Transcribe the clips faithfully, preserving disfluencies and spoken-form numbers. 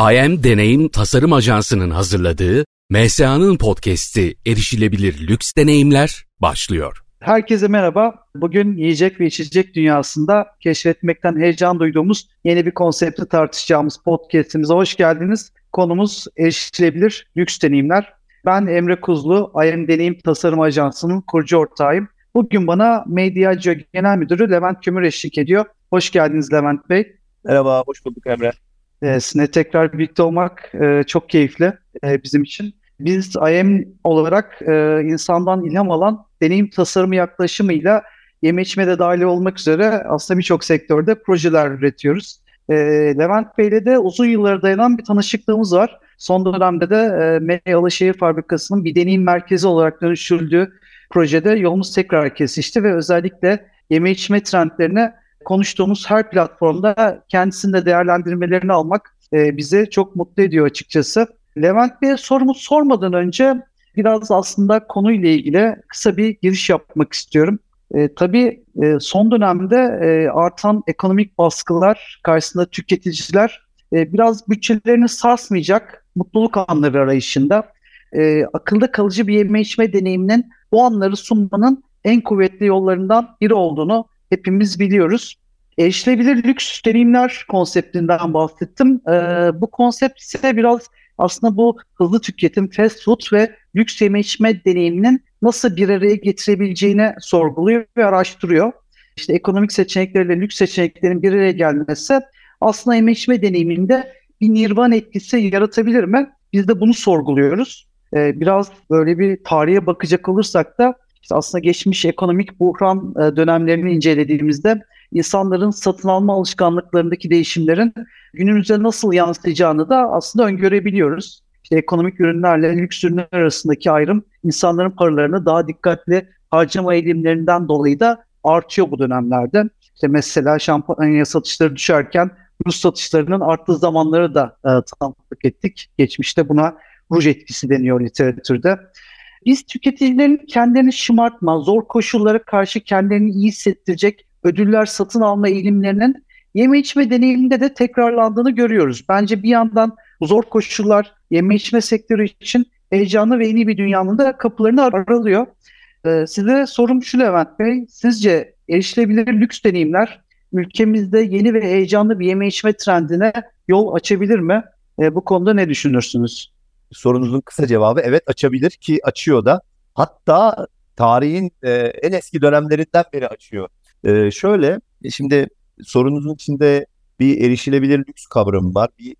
I A M Deneyim Tasarım Ajansı'nın hazırladığı M S A'nın podcast'i Erişilebilir Lüks Deneyimler başlıyor. Herkese merhaba. Bugün yiyecek ve içecek dünyasında keşfetmekten heyecan duyduğumuz yeni bir konsepti tartışacağımız podcast'imize hoş geldiniz. Konumuz erişilebilir lüks deneyimler. Ben Emre Kuzlu, I A M Deneyim Tasarım Ajansı'nın kurucu ortağıyım. Bugün bana Mediacı Genel Müdürü Levent Kömür eşlik ediyor. Hoş geldiniz Levent Bey. Merhaba, hoş bulduk Emre. Ee, sizinle tekrar birlikte olmak e, çok keyifli e, bizim için. Biz I A M olarak e, insandan ilham alan deneyim tasarımı yaklaşımıyla yeme içme de dahil olmak üzere aslında birçok sektörde projeler üretiyoruz. E, Levent Bey'le de uzun yıllara dayanan bir tanışıklığımız var. Son dönemde de e, Meneği Alaşehir Fabrikası'nın bir deneyim merkezi olarak dönüştürüldüğü projede yolumuz tekrar kesişti ve özellikle yeme içme trendlerine konuştuğumuz her platformda kendisinin de değerlendirmelerini almak e, bizi çok mutlu ediyor açıkçası. Levent Bey'e sorumu sormadan önce biraz aslında konuyla ilgili kısa bir giriş yapmak istiyorum. E, tabii e, son dönemde e, artan ekonomik baskılar karşısında tüketiciler e, biraz bütçelerini sarsmayacak mutluluk anları arayışında. E, akılda kalıcı bir yeme içme deneyiminin bu anları sunmanın en kuvvetli yollarından biri olduğunu hepimiz biliyoruz. Erişilebilir lüks deneyimler konseptinden bahsettim. Ee, bu konsept ise biraz aslında bu hızlı tüketim, fast food ve lüks yeme içme deneyiminin nasıl bir araya getirebileceğini sorguluyor ve araştırıyor. İşte ekonomik seçeneklerle lüks seçeneklerin bir araya gelmesi aslında yeme içme deneyiminde bir nirvan etkisi yaratabilir mi? Biz de bunu sorguluyoruz. Ee, biraz böyle bir tarihe bakacak olursak da İşte aslında geçmiş ekonomik buhran dönemlerini incelediğimizde insanların satın alma alışkanlıklarındaki değişimlerin günümüze nasıl yansıyacağını da aslında öngörebiliyoruz. İşte ekonomik ürünlerle lüks ürünler arasındaki ayrım insanların paralarını daha dikkatli harcama eğilimlerinden dolayı da artıyor bu dönemlerde. İşte mesela şampanya satışları düşerken Rus satışlarının arttığı zamanları da e, tanıklık ettik. Geçmişte buna ruj etkisi deniyor literatürde. Biz tüketicilerin kendilerini şımartma, zor koşullara karşı kendilerini iyi hissettirecek ödüller satın alma eğilimlerinin yeme içme deneyiminde de tekrarlandığını görüyoruz. Bence bir yandan zor koşullar yeme içme sektörü için heyecanlı ve yeni bir dünyanın da kapılarını aralıyor. Ee, size sorum şu Levent Bey, sizce erişilebilir lüks deneyimler ülkemizde yeni ve heyecanlı bir yeme içme trendine yol açabilir mi? Ee, bu konuda ne düşünürsünüz? Sorunuzun kısa cevabı evet, açabilir ki açıyor da. Hatta tarihin e, en eski dönemlerinden beri açıyor. E, şöyle, şimdi sorunuzun içinde bir erişilebilir lüks kavramı var. Bir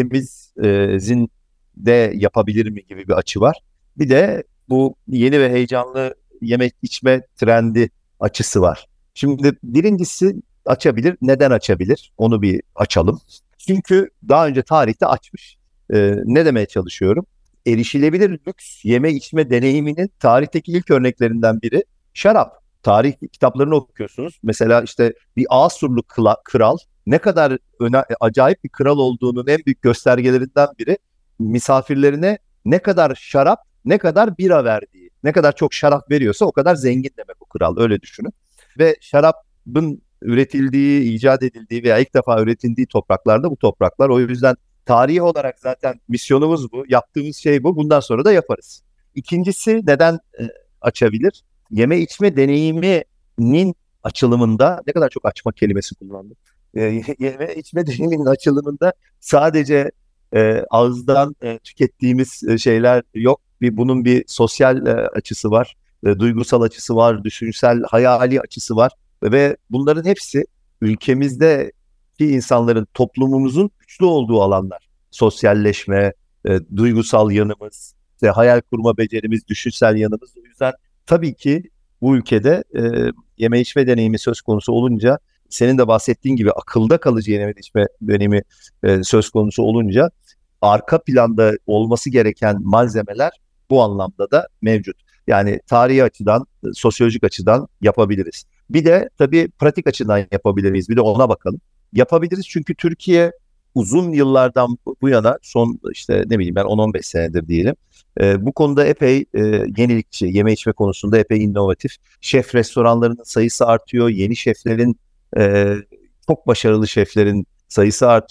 ülkemizin de yapabilir mi gibi bir açı var. Bir de bu yeni ve heyecanlı yemek içme trendi açısı var. Şimdi birincisi açabilir. Neden açabilir? Onu bir açalım. Çünkü daha önce tarihte açmış. Ee, ne demeye çalışıyorum? Erişilebilir lüks yeme içme deneyiminin tarihteki ilk örneklerinden biri şarap. Tarih kitaplarını okuyorsunuz. Mesela işte bir Asurlu kral ne kadar öne, acayip bir kral olduğunun en büyük göstergelerinden biri misafirlerine ne kadar şarap, ne kadar bira verdiği. Ne kadar çok şarap veriyorsa o kadar zengin demek o kral, öyle düşünün. Ve şarabın üretildiği, icat edildiği veya ilk defa üretildiği topraklarda bu topraklar. O yüzden tarihi olarak zaten misyonumuz bu, yaptığımız şey bu. Bundan sonra da yaparız. İkincisi neden e, açabilir? Yeme içme deneyiminin açılımında, ne kadar çok açma kelimesi kullandım. E, yeme içme deneyiminin açılımında sadece e, ağızdan e, tükettiğimiz e, şeyler yok. Bir, bunun bir sosyal e, açısı var, e, duygusal açısı var, düşünsel, hayali açısı var. Ve bunların hepsi ülkemizde ki insanların, toplumumuzun güçlü olduğu alanlar. Sosyalleşme, e, duygusal yanımız, işte hayal kurma becerimiz, düşünsel yanımız. O yüzden tabii ki bu ülkede e, yeme içme deneyimi söz konusu olunca, senin de bahsettiğin gibi akılda kalıcı yeme içme deneyimi e, söz konusu olunca arka planda olması gereken malzemeler bu anlamda da mevcut. Yani tarihi açıdan, sosyolojik açıdan yapabiliriz. Bir de tabii pratik açıdan yapabiliriz. Bir de ona bakalım. Yapabiliriz çünkü Türkiye uzun yıllardan bu yana, son işte ne bileyim ben on on beş senedir diyelim, e, bu konuda epey e, yenilikçi, yeme içme konusunda epey inovatif. Şef restoranlarının sayısı artıyor, yeni şeflerin, e, çok başarılı şeflerin sayısı artıyor.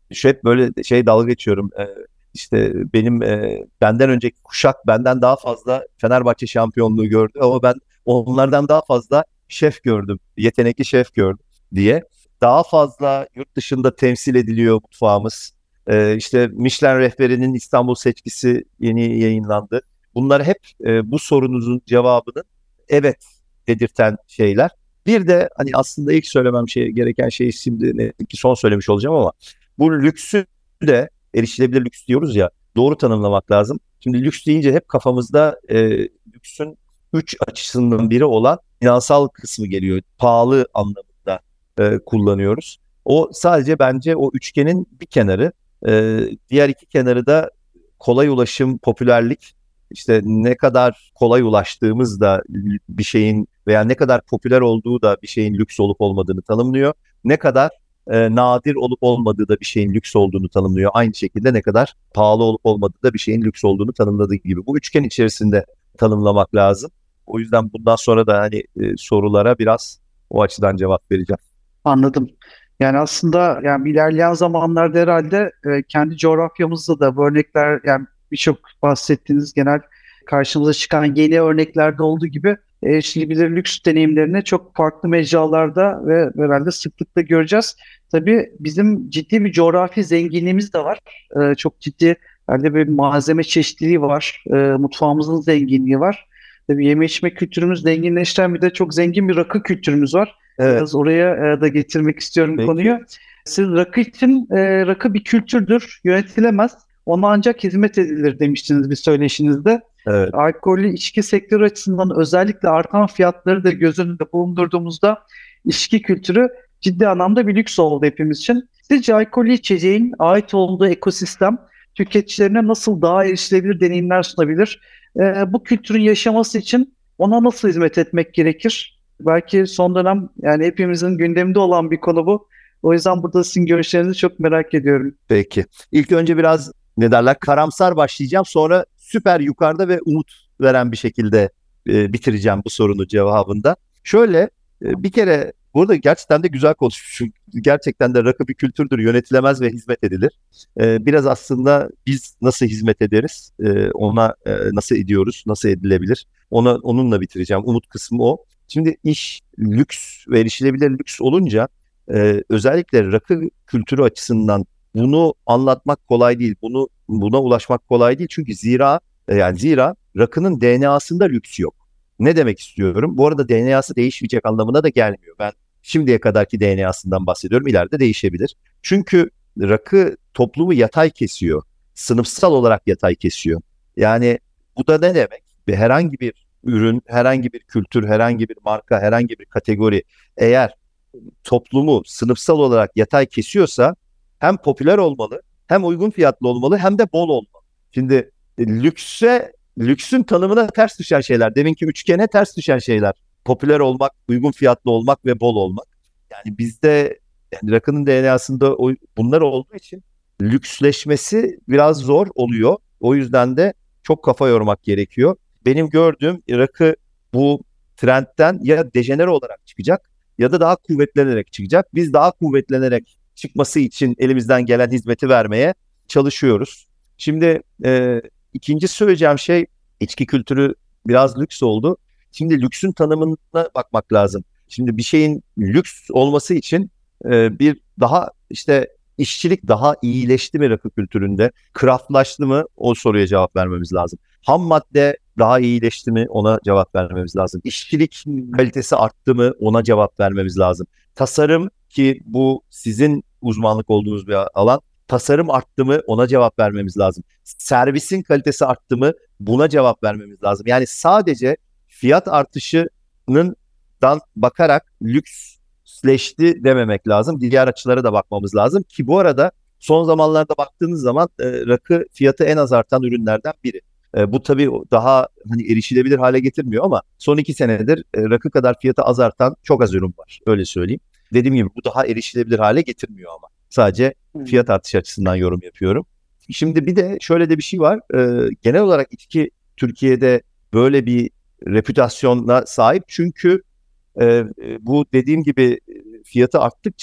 şu hep böyle şey dalga geçiyorum. Ee, işte benim e, benden önceki kuşak benden daha fazla Fenerbahçe şampiyonluğu gördü ama ben onlardan daha fazla şef gördüm. Yetenekli şef gördüm diye. Daha fazla yurt dışında temsil ediliyor mutfağımız. Ee, işte Michelin rehberinin İstanbul seçkisi yeni yayınlandı. Bunlar hep e, bu sorunuzun cevabını evet dedirten şeyler. Bir de hani aslında ilk söylemem şey gereken şey şimdi ne ki son söylemiş olacağım ama bu lüksü de erişilebilir lüks diyoruz ya doğru tanımlamak lazım. Şimdi lüks deyince hep kafamızda e, lüksün üç açısından biri olan finansal kısmı geliyor. Pahalı anlamında e, kullanıyoruz. O sadece bence o üçgenin bir kenarı. E, diğer iki kenarı da kolay ulaşım, popülerlik. İşte ne kadar kolay ulaştığımız da bir şeyin veya ne kadar popüler olduğu da bir şeyin lüks olup olmadığını tanımlıyor. Ne kadar e, nadir olup olmadığı da bir şeyin lüks olduğunu tanımlıyor. Aynı şekilde ne kadar pahalı olup olmadığı da bir şeyin lüks olduğunu tanımladığı gibi. Bu üçgen içerisinde tanımlamak lazım. O yüzden bundan sonra da hani e, sorulara biraz o açıdan cevap vereceğim. Anladım. Yani aslında yani ilerleyen zamanlarda herhalde e, kendi coğrafyamızda da bu örnekler yani birçok bahsettiğiniz genel karşımıza çıkan yeni örneklerde olduğu gibi erişilebilir lüks deneyimlerini çok farklı mecralarda ve herhalde sıklıkla göreceğiz. Tabii bizim ciddi bir coğrafi zenginliğimiz de var. E, çok ciddi herhalde bir malzeme çeşitliliği var. E, mutfağımızın zenginliği var. Tabii yeme içme kültürümüz zenginleşten bir de çok zengin bir rakı kültürümüz var. Evet. Biraz oraya e, da getirmek istiyorum Peki. konuyu. Siz rakı için e, rakı bir kültürdür, yönetilemez. Ona ancak hizmet edilir demiştiniz bir söyleşinizde. Evet. Alkollü içki sektörü açısından özellikle artan fiyatları da göz önünde bulundurduğumuzda içki kültürü ciddi anlamda bir lüks oldu hepimiz için. Sizce alkollü içeceğin ait olduğu ekosistem tüketicilerine nasıl daha erişilebilir deneyimler sunabilir? E, bu kültürün yaşaması için ona nasıl hizmet etmek gerekir? Belki son dönem yani hepimizin gündeminde olan bir konu bu. O yüzden burada sizin görüşlerinizi çok merak ediyorum. Peki. İlk önce biraz ne derler karamsar başlayacağım. Sonra süper yukarıda ve umut veren bir şekilde e, bitireceğim bu sorunun cevabında. Şöyle e, bir kere burada gerçekten de güzel konuşmuşum. Gerçekten de rakı bir kültürdür, yönetilemez ve hizmet edilir. E, biraz aslında biz nasıl hizmet ederiz, e, ona e, nasıl ediyoruz, nasıl edilebilir, ona onunla bitireceğim. Umut kısmı o. Şimdi iş lüks ve erişilebilir lüks olunca e, özellikle rakı kültürü açısından bunu anlatmak kolay değil. Bunu buna ulaşmak kolay değil. Çünkü zira yani zira rakının D N A'sında lüks yok. Ne demek istiyorum? Bu arada D N A'sı değişmeyecek anlamına da gelmiyor. Ben şimdiye kadarki D N A'sından bahsediyorum. İleride değişebilir. Çünkü rakı toplumu yatay kesiyor. Sınıfsal olarak yatay kesiyor. Yani bu da ne demek? Ve herhangi bir ürün, herhangi bir kültür, herhangi bir marka, herhangi bir kategori eğer toplumu sınıfsal olarak yatay kesiyorsa hem popüler olmalı, hem uygun fiyatlı olmalı, hem de bol olmalı. Şimdi e, lükse, lüksün tanımına ters düşen şeyler, deminki üçgene ters düşen şeyler. Popüler olmak, uygun fiyatlı olmak ve bol olmak. Yani bizde yani rakının D N A'sında o, bunlar olduğu için lüksleşmesi biraz zor oluyor. O yüzden de çok kafa yormak gerekiyor. Benim gördüğüm rakı bu trendten ya dejenere olarak çıkacak ya da daha kuvvetlenerek çıkacak. Biz daha kuvvetlenerek çıkması için elimizden gelen hizmeti vermeye çalışıyoruz. Şimdi e, ikinci söyleyeceğim şey içki kültürü biraz lüks oldu. Şimdi lüksün tanımına bakmak lazım. Şimdi bir şeyin lüks olması için e, bir daha işte işçilik daha iyileşti mi rakı kültüründe? Craftlaştı mı? O soruya cevap vermemiz lazım. Ham madde daha iyileşti mi? Ona cevap vermemiz lazım. İşçilik kalitesi arttı mı? Ona cevap vermemiz lazım. Tasarım ki bu sizin uzmanlık olduğunuz bir alan. Tasarım arttı mı? Ona cevap vermemiz lazım. Servisin kalitesi arttı mı? Buna cevap vermemiz lazım. Yani sadece fiyat artışının dan bakarak lüksleşti dememek lazım. Diğer açılara da bakmamız lazım ki bu arada son zamanlarda baktığınız zaman e, rakı fiyatı en az artan ürünlerden biri. E, bu tabii daha hani erişilebilir hale getirmiyor ama son iki senedir e, rakı kadar fiyatı az artan çok az ürün var. Öyle söyleyeyim. Dediğim gibi bu daha erişilebilir hale getirmiyor ama. Sadece fiyat artışı açısından yorum yapıyorum. Şimdi bir de şöyle de bir şey var. E, genel olarak içki Türkiye'de böyle bir reputasyona sahip. Çünkü e, bu dediğim gibi fiyatı arttıkça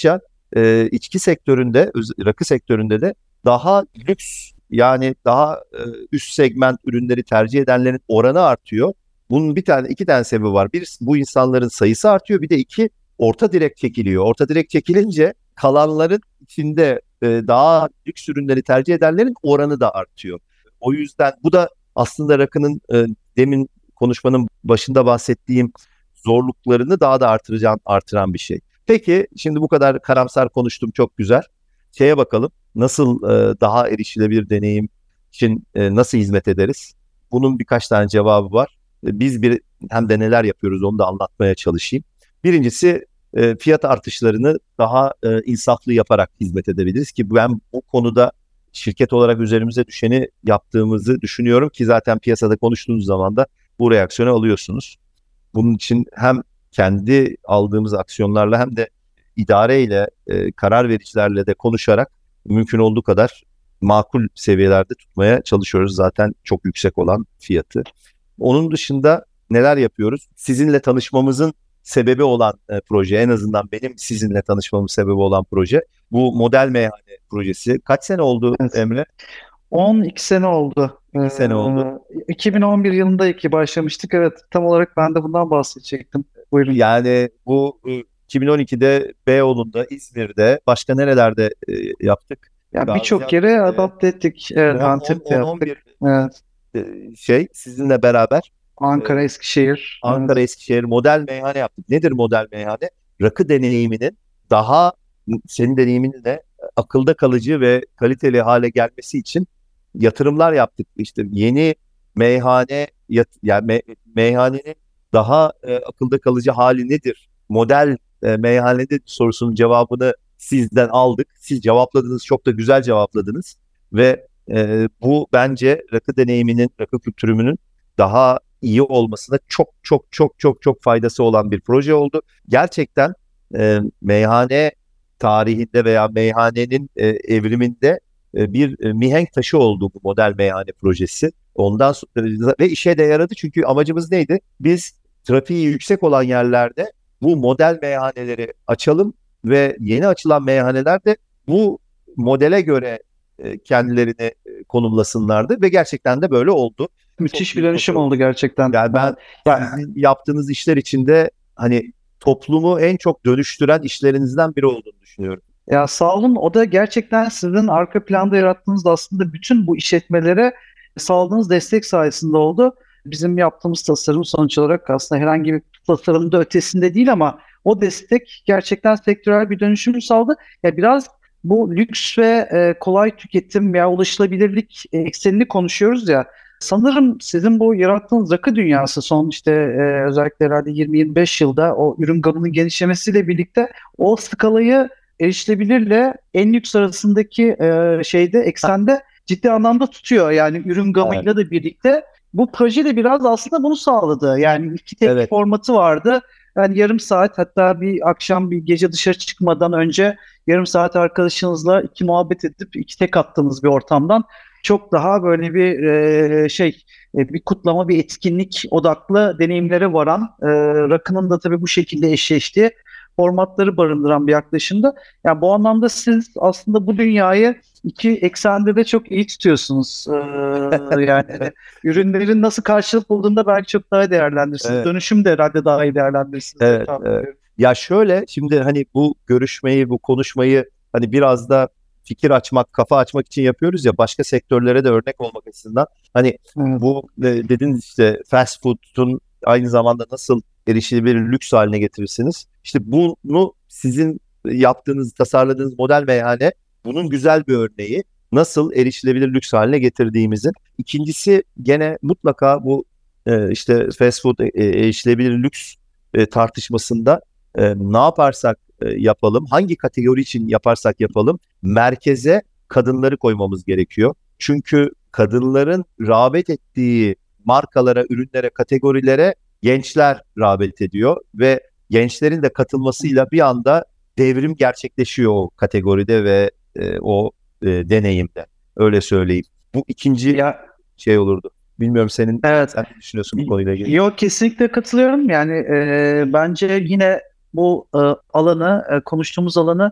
e, içki sektöründe, rakı sektöründe de daha lüks, yani daha e, üst segment ürünleri tercih edenlerin oranı artıyor. Bunun bir tane, iki tane sebebi var. Bir, bu insanların sayısı artıyor. Bir de iki, orta direk çekiliyor. Orta direk çekilince kalanların içinde e, daha lüks ürünleri tercih edenlerin oranı da artıyor. O yüzden bu da aslında rakının e, demin konuşmanın başında bahsettiğim zorluklarını daha da artıracağım, artıran bir şey. Peki şimdi bu kadar karamsar konuştum, çok güzel. Şeye bakalım, nasıl e, daha erişilebilir deneyim için e, nasıl hizmet ederiz? Bunun birkaç tane cevabı var. E, biz bir hem de neler yapıyoruz onu da anlatmaya çalışayım. Birincisi e, fiyat artışlarını daha e, insaflı yaparak hizmet edebiliriz ki ben bu konuda şirket olarak üzerimize düşeni yaptığımızı düşünüyorum ki zaten piyasada konuştuğunuz zaman da bu reaksiyonu alıyorsunuz. Bunun için hem kendi aldığımız aksiyonlarla hem de idareyle, e, karar vericilerle de konuşarak mümkün olduğu kadar makul seviyelerde tutmaya çalışıyoruz zaten çok yüksek olan fiyatı. Onun dışında neler yapıyoruz? Sizinle tanışmamızın sebebi olan e, proje, en azından benim sizinle tanışmamın sebebi olan proje, bu model meyhane projesi. Kaç sene oldu Evet. Emre? on iki sene oldu. İki sene oldu. Ee, iki bin on bir yılında iki başlamıştık. Evet, tam olarak ben de bundan bahsedecektim. Buyurun. Yani bu e, iki bin on ikide Beyoğlu'nda, İzmir'de, başka nerelerde e, yaptık? Ya birçok yere Gaziantep'te, adapte ettik. Evet, on, Antep'te on, yaptık. on bir Evet, e, şey sizinle beraber Ankara, e, Eskişehir. Ankara, Evet. Eskişehir model meyhane yaptık. Nedir model meyhane? Rakı deneyiminin daha, senin deneyiminle akılda kalıcı ve kaliteli hale gelmesi için yatırımlar yaptık. İşte yeni meyhane, yat, yani me, meyhanenin daha e, akılda kalıcı hali nedir? Model e, meyhane nedir sorusunun cevabını sizden aldık. Siz cevapladınız, çok da güzel cevapladınız ve e, bu bence rakı deneyiminin, rakı kültürümünün daha iyi olmasına çok çok çok çok çok faydası olan bir proje oldu. Gerçekten e, meyhane tarihinde veya meyhanenin e, evriminde e, bir e, mihenk taşı oldu bu model meyhane projesi. Ondan sonra ve işe de yaradı çünkü amacımız neydi? Biz trafiği yüksek olan yerlerde bu model meyhaneleri açalım ve yeni açılan meyhaneler de bu modele göre e, kendilerini e, konumlasınlardı ve gerçekten de böyle oldu. Müthiş Çok bir büyük dönüşüm başarı. oldu gerçekten. Yani ben Yani, sizin yaptığınız işler içinde hani toplumu en çok dönüştüren işlerinizden biri olduğunu düşünüyorum. ya sağ olun. O da gerçekten sizin arka planda yarattığınız da aslında bütün bu işletmelere sağladığınız destek sayesinde oldu. Bizim yaptığımız tasarım sonuç olarak aslında herhangi bir tasarımın da ötesinde değil ama o destek gerçekten sektörel bir dönüşümü sağladı. Ya biraz bu lüks ve e, kolay tüketim veya ulaşılabilirlik e, eksenini konuşuyoruz ya. Sanırım sizin bu yarattığınız rakı dünyası son işte e, özellikle herhalde yirmi yirmi beş yılda o ürün gamının genişlemesiyle birlikte o skalayı erişilebilirle en lüks arasındaki e, şeyde eksende ciddi anlamda tutuyor. Yani ürün gamıyla da birlikte bu proje de biraz aslında bunu sağladı. Yani iki tek Evet. formatı vardı. Yani yarım saat, hatta bir akşam bir gece dışarı çıkmadan önce yarım saat arkadaşınızla iki muhabbet edip iki tek attığınız bir ortamdan çok daha böyle bir e, şey e, bir kutlama, bir etkinlik odaklı deneyimlere varan, e, rakının da tabii bu şekilde eşleştiği formatları barındıran bir yaklaşımda. Yani bu anlamda siz aslında bu dünyayı iki eksende de çok iyi tutuyorsunuz. Ee, yani ürünlerin nasıl karşılık bulduğunda belki çok daha iyi değerlendirirsiniz. Evet. Dönüşüm de herhalde daha iyi değerlendirirsiniz. Evet, Tamam. evet. Ya şöyle, şimdi hani bu görüşmeyi, bu konuşmayı hani biraz da fikir açmak, kafa açmak için yapıyoruz ya, başka sektörlere de örnek olmak açısından. Hani Evet. bu e, dediniz işte fast food'un aynı zamanda nasıl erişilebilir lüks haline getirirsiniz. İşte bunu sizin yaptığınız, tasarladığınız model meyhane bunun güzel bir örneği. Nasıl erişilebilir lüks haline getirdiğimizin. İkincisi gene mutlaka bu e, işte fast food e, erişilebilir lüks e, tartışmasında e, ne yaparsak e, yapalım, hangi kategori için yaparsak yapalım, merkeze kadınları koymamız gerekiyor. Çünkü kadınların rağbet ettiği markalara, ürünlere, kategorilere gençler rağbet ediyor ve gençlerin de katılmasıyla bir anda devrim gerçekleşiyor o kategoride ve e, o e, deneyimde. Öyle söyleyeyim. Bu ikinci Ya, şey olurdu. Bilmiyorum senin evet. sen ne düşünüyorsun bu konuyla ilgili? Yok, kesinlikle katılıyorum. Yani e, bence yine bu e, alanı, e, konuştuğumuz alanı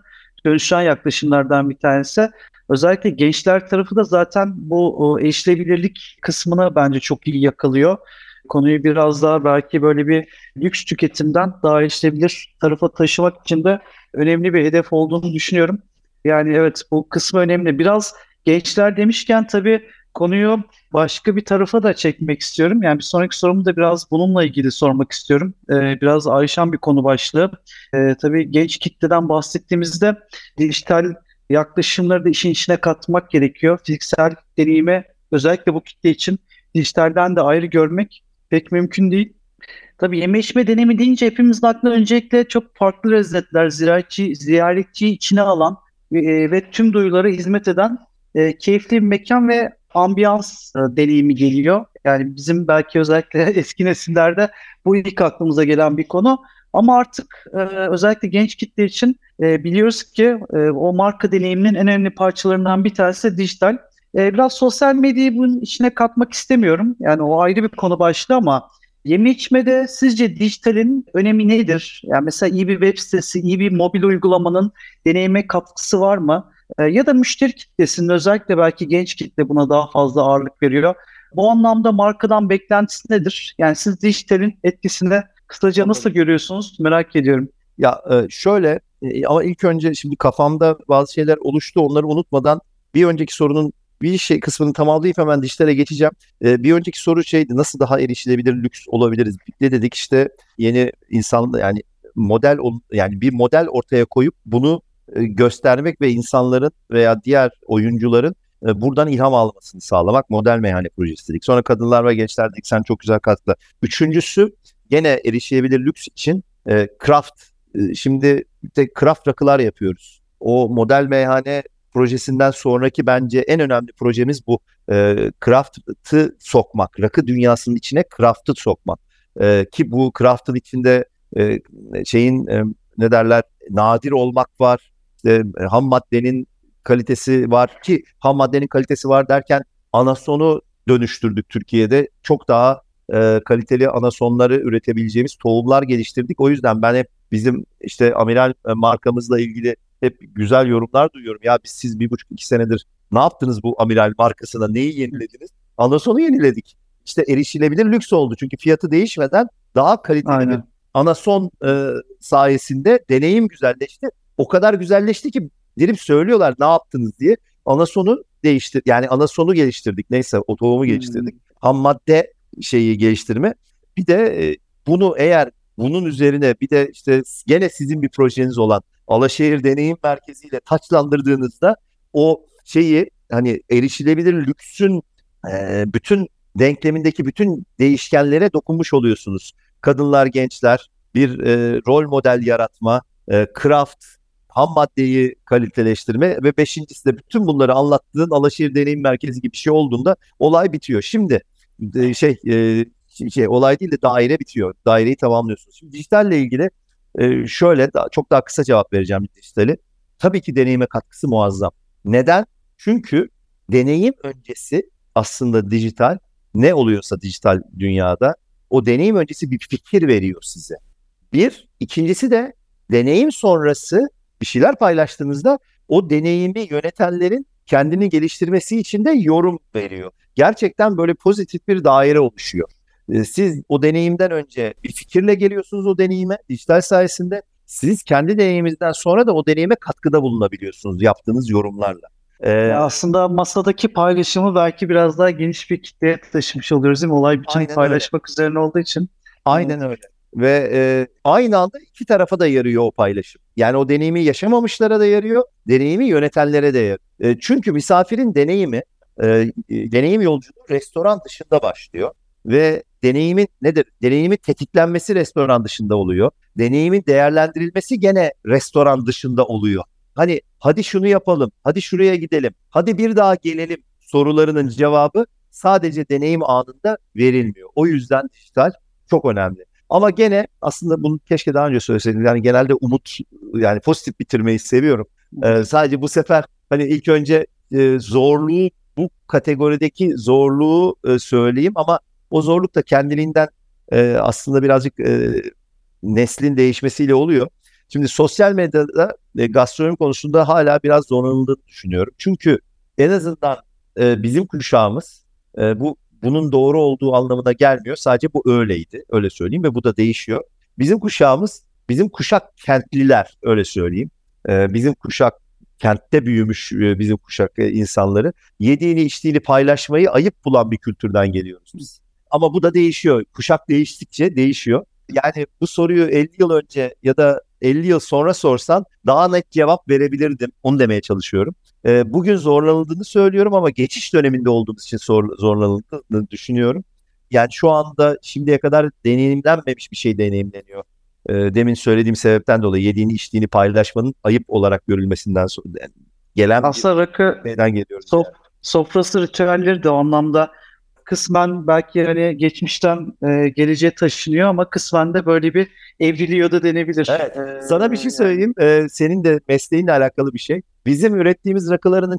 dönüşen yaklaşımlardan bir tanesi. Özellikle gençler tarafı da zaten bu o, erişilebilirlik kısmını bence çok iyi yakalıyor. Konuyu biraz daha belki böyle bir lüks tüketimden daha erişilebilir tarafa taşımak için de önemli bir hedef olduğunu düşünüyorum. Yani evet, bu kısmı önemli. Biraz gençler demişken tabii konuyu başka bir tarafa da çekmek istiyorum. Yani bir sonraki sorumu da biraz bununla ilgili sormak istiyorum. Ee, biraz ayrışan bir konu başlığı. Ee, tabii genç kitleden bahsettiğimizde dijital yaklaşımları da işin içine katmak gerekiyor. Fiziksel deneyime özellikle bu kitle için dijitalden de ayrı görmek pek mümkün değil. Tabii yeme içme deneyimi deyince hepimizin aklına öncelikle çok farklı lezzetler, ziyaretçi, ziyaretçiyi içine alan ve, ve tüm duyulara hizmet eden e, keyifli bir mekan ve ambiyans e, deneyimi geliyor. Yani bizim belki özellikle eski nesillerde bu ilk aklımıza gelen bir konu. Ama artık e, özellikle genç kitle için e, biliyoruz ki e, o marka deneyiminin en önemli parçalarından bir tanesi dijital. E, biraz sosyal medyayı bunun içine katmak istemiyorum. Yani o ayrı bir konu başlığı ama yeme içmede sizce dijitalin önemi nedir? Yani mesela iyi bir web sitesi, iyi bir mobil uygulamanın deneyime katkısı var mı? E, ya da müşteri kitlesinin, özellikle belki genç kitle buna daha fazla ağırlık veriyor. Bu anlamda markadan beklentisi nedir? Yani siz dijitalin etkisini kısaca nasıl görüyorsunuz? Merak ediyorum. Ya e, şöyle e, ama ilk önce şimdi kafamda bazı şeyler oluştu, onları unutmadan bir önceki sorunun bir şey kısmını tamamlayıp hemen dijitale geçeceğim. E, bir önceki soru şeydi, nasıl daha erişilebilir lüks olabiliriz? Ne dedik işte, yeni insan yani model yani bir model ortaya koyup bunu e, göstermek ve insanların veya diğer oyuncuların e, buradan ilham almasını sağlamak, model meyhane projesi dedik. Sonra kadınlar ve gençler dedik, sen çok güzel katkılar. Üçüncüsü gene erişilebilir lüks için e, craft. E, şimdi de craft rakılar yapıyoruz. O model meyhane projesinden sonraki bence en önemli projemiz bu. E, craft'ı sokmak, rakı dünyasının içine craft'ı sokmak. E, ki bu craft'ın içinde e, şeyin e, ne derler, nadir olmak var. E, ham maddenin kalitesi var, ki ham maddenin kalitesi var derken anasonu dönüştürdük Türkiye'de. Çok daha e, kaliteli anasonları üretebileceğimiz tohumlar geliştirdik. O yüzden ben hep bizim işte Amiral e, markamızla ilgili hep güzel yorumlar duyuyorum. Ya biz siz bir buçuk iki senedir ne yaptınız bu Amiral markasına? Neyi yenilediniz? Anasonu yeniledik. İşte erişilebilir lüks oldu. Çünkü fiyatı değişmeden daha kaliteli Aynen. bir anason e, sayesinde deneyim güzelleşti. O kadar güzelleşti ki gelip söylüyorlar ne yaptınız diye. Anasonu değiştir, yani anasonu geliştirdik. Neyse, o tohumu geliştirdik. Hmm. Ham madde şeyi geliştirme. Bir de e, bunu eğer bunun üzerine bir de işte gene sizin bir projeniz olan Alaşehir Deneyim Merkezi ile taçlandırdığınızda o şeyi, hani erişilebilir lüksün e, bütün denklemindeki bütün değişkenlere dokunmuş oluyorsunuz. Kadınlar, gençler, bir e, rol model yaratma, e, craft, ham maddeyi kaliteleştirme ve beşincisi de bütün bunları anlattığın Alaşehir Deneyim Merkezi gibi bir şey olduğunda olay bitiyor. Şimdi e, şey, e, şey olay değil de daire bitiyor. Daireyi tamamlıyorsunuz. Şimdi dijitalle ilgili e, şöyle daha, çok daha kısa cevap vereceğim dijitali. Tabii ki deneyime katkısı muazzam. Neden? Çünkü deneyim öncesi aslında dijital, ne oluyorsa dijital dünyada o deneyim öncesi bir fikir veriyor size. Bir, ikincisi de deneyim sonrası bir şeyler paylaştığınızda o deneyimi yönetenlerin kendini geliştirmesi için de yorum veriyor. Gerçekten böyle pozitif bir daire oluşuyor. Siz o deneyimden önce bir fikirle geliyorsunuz o deneyime, dijital sayesinde. Siz kendi deneyiminizden sonra da o deneyime katkıda bulunabiliyorsunuz yaptığınız yorumlarla. Ee, aslında masadaki paylaşımı belki biraz daha geniş bir kitleye taşımış oluyoruz değil mi? Olay bütün paylaşmak öyle. Üzerine olduğu için. Aynen öyle. Ve e, aynı anda iki tarafa da yarıyor o paylaşım. Yani o deneyimi yaşamamışlara da yarıyor, deneyimi yönetenlere de yarıyor. E, çünkü misafirin deneyimi, e, deneyim yolculuğu restoran dışında başlıyor. Ve deneyimin nedir? Deneyimin tetiklenmesi restoran dışında oluyor. Deneyimin değerlendirilmesi gene restoran dışında oluyor. Hani hadi şunu yapalım, hadi şuraya gidelim, hadi bir daha gelelim sorularının cevabı sadece deneyim anında verilmiyor. O yüzden dijital çok önemli. Ama gene aslında bunu keşke daha önce söyleseydim. Yani genelde umut, yani pozitif bitirmeyi seviyorum. Ee, sadece bu sefer hani ilk önce e, zorluğu, bu kategorideki zorluğu e, söyleyeyim ama o zorluk da kendiliğinden e, aslında birazcık e, neslin değişmesiyle oluyor. Şimdi sosyal medyada e, gastronomi konusunda hala biraz zorlanıldığını düşünüyorum. Çünkü en azından e, bizim kuşağımız e, bu bunun doğru olduğu anlamına gelmiyor. Sadece bu öyleydi, öyle söyleyeyim ve bu da değişiyor. Bizim kuşağımız, bizim kuşak kentliler, öyle söyleyeyim. E, bizim kuşak kentte büyümüş e, bizim kuşak e, insanları yediğini içtiğini paylaşmayı ayıp bulan bir kültürden geliyoruz biz. Ama bu da değişiyor. Kuşak değiştikçe değişiyor. Yani bu soruyu elli yıl önce ya da elli yıl sonra sorsan daha net cevap verebilirdim. Onu demeye çalışıyorum. E, bugün zorlanıldığını söylüyorum ama geçiş döneminde olduğumuz için zor, zorlanıldığını düşünüyorum. Yani şu anda şimdiye kadar deneyimlenmemiş bir şey deneyimleniyor. E, demin söylediğim sebepten dolayı yediğini içtiğini paylaşmanın ayıp olarak görülmesinden sonra yani gelen Aslında rakı neden geliyoruz? sof, Yani. sofrası ritüelleri de o anlamda kısmen belki hani geçmişten e, geleceğe taşınıyor ama kısmen de böyle bir evriliyor da denebilir. Evet. Ee, Sana bir şey yani. söyleyeyim. Ee, senin de mesleğinle alakalı bir şey. Bizim ürettiğimiz rakılarının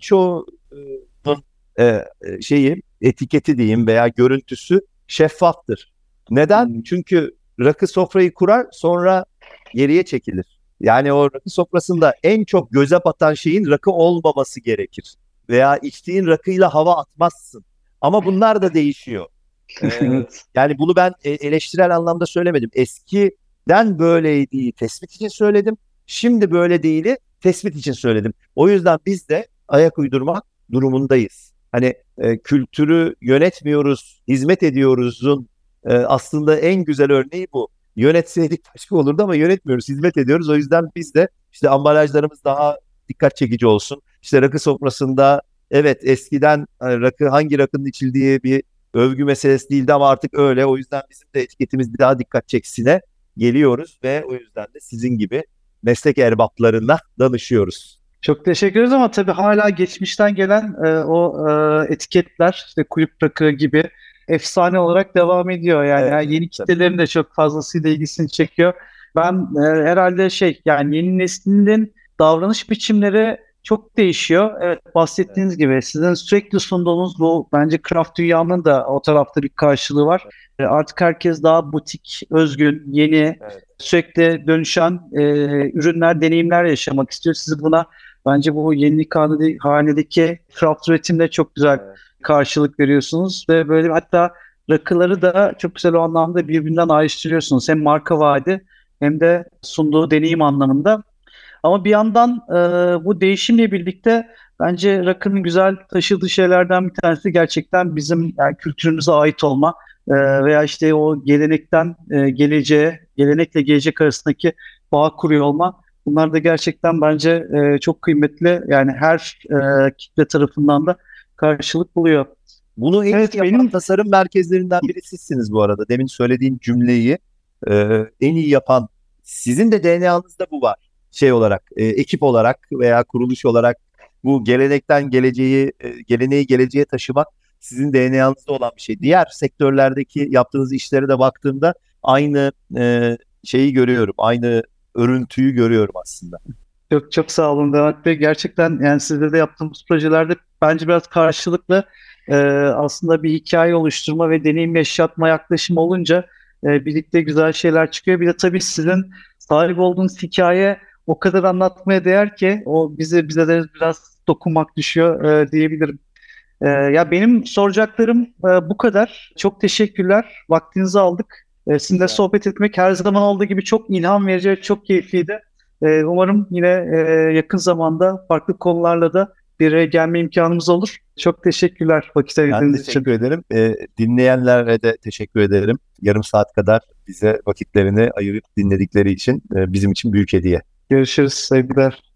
çoğunun e, şeyi, etiketi diyeyim veya görüntüsü şeffaftır. Neden? Hmm. Çünkü rakı sofrayı kurar, sonra geriye çekilir. Yani o rakı sofrasında en çok göze batan şeyin rakı olmaması gerekir. Veya içtiğin rakıyla hava atmazsın. Ama bunlar da değişiyor. Ee, Evet. yani bunu ben e, eleştirel anlamda söylemedim. Eskiden böyleydi tespit için söyledim. Şimdi böyle değili tespit için söyledim. O yüzden biz de ayak uydurmak durumundayız. Hani e, kültürü yönetmiyoruz, hizmet ediyoruz'un e, aslında en güzel örneği bu. Yönetseydik başka olurdu ama yönetmiyoruz, hizmet ediyoruz. O yüzden biz de işte ambalajlarımız daha dikkat çekici olsun. İşte rakı sofrasında evet eskiden e, rakı hangi rakının içildiği bir övgü meselesi değildi ama artık öyle. O yüzden bizim de etiketimiz daha dikkat çeksine geliyoruz ve o yüzden de sizin gibi meslek erbaplarına danışıyoruz. Çok teşekkür ederiz ama tabii hala geçmişten gelen e, o e, etiketler işte kulüp rakı gibi efsane olarak devam ediyor. Yani, Evet, yani yeni evet. kitlelerin de çok fazlasıyla ilgisini çekiyor. Ben e, herhalde şey yani yeni neslinin davranış biçimleri çok değişiyor. Evet bahsettiğiniz gibi sizin sürekli sunduğunuz bu bence craft dünyanın da o tarafta bir karşılığı var. E, artık herkes daha butik, özgün, yeni, Evet. sürekli dönüşen e, ürünler, deneyimler yaşamak istiyor. Siz buna bence bu yenilik hane- hanedeki craft üretimde çok güzel Evet. karşılık veriyorsunuz ve böyle hatta rakıları da çok güzel o anlamda birbirinden ayrıştırıyorsunuz. Hem marka vaadi hem de sunduğu deneyim anlamında. Ama bir yandan e, bu değişimle birlikte bence rakının güzel taşıdığı şeylerden bir tanesi gerçekten bizim yani kültürümüze ait olma e, veya işte o gelenekten e, geleceğe, gelenekle gelecek arasındaki bağ kuruyor olma. Bunlar da gerçekten bence e, çok kıymetli. Yani her e, kitle tarafından da karşılık buluyor. Bunu en Evet iyi yapan benim tasarım merkezlerinden biri sizsiniz bu arada. Demin söylediğin cümleyi e, en iyi yapan sizin de D N A'nızda bu var. Şey olarak, e, ekip olarak veya kuruluş olarak bu gelenekten geleceği, e, geleneği geleceğe taşımak sizin D N A'nızda olan bir şey. Diğer sektörlerdeki yaptığınız işlere de baktığımda aynı e, şeyi görüyorum, aynı örüntüyü görüyorum aslında. çok çok sağ olun Demet Bey. Gerçekten yani sizde de yaptığımız projelerde bence biraz karşılıklı e, aslında bir hikaye oluşturma ve deneyim yaşatma yaklaşımı olunca e, birlikte güzel şeyler çıkıyor. Bir de tabii sizin sahip olduğunuz hikaye o kadar anlatmaya değer ki o bize bize de biraz dokunmak düşüyor e, diyebilirim. E, ya benim soracaklarım e, bu kadar. Çok teşekkürler. Vaktinizi aldık. E, sizinle sohbet etmek her zaman olduğu gibi çok ilham verici, çok keyifliydi. Ee, umarım yine e, yakın zamanda farklı konularla da bir araya gelme imkanımız olur. Çok teşekkürler vakit Ben ayırdığınız için. teşekkür ederim. E, dinleyenlere de teşekkür ederim. Yarım saat kadar bize vakitlerini ayırıp dinledikleri için e, bizim için büyük hediye. Görüşürüz, sevgiler.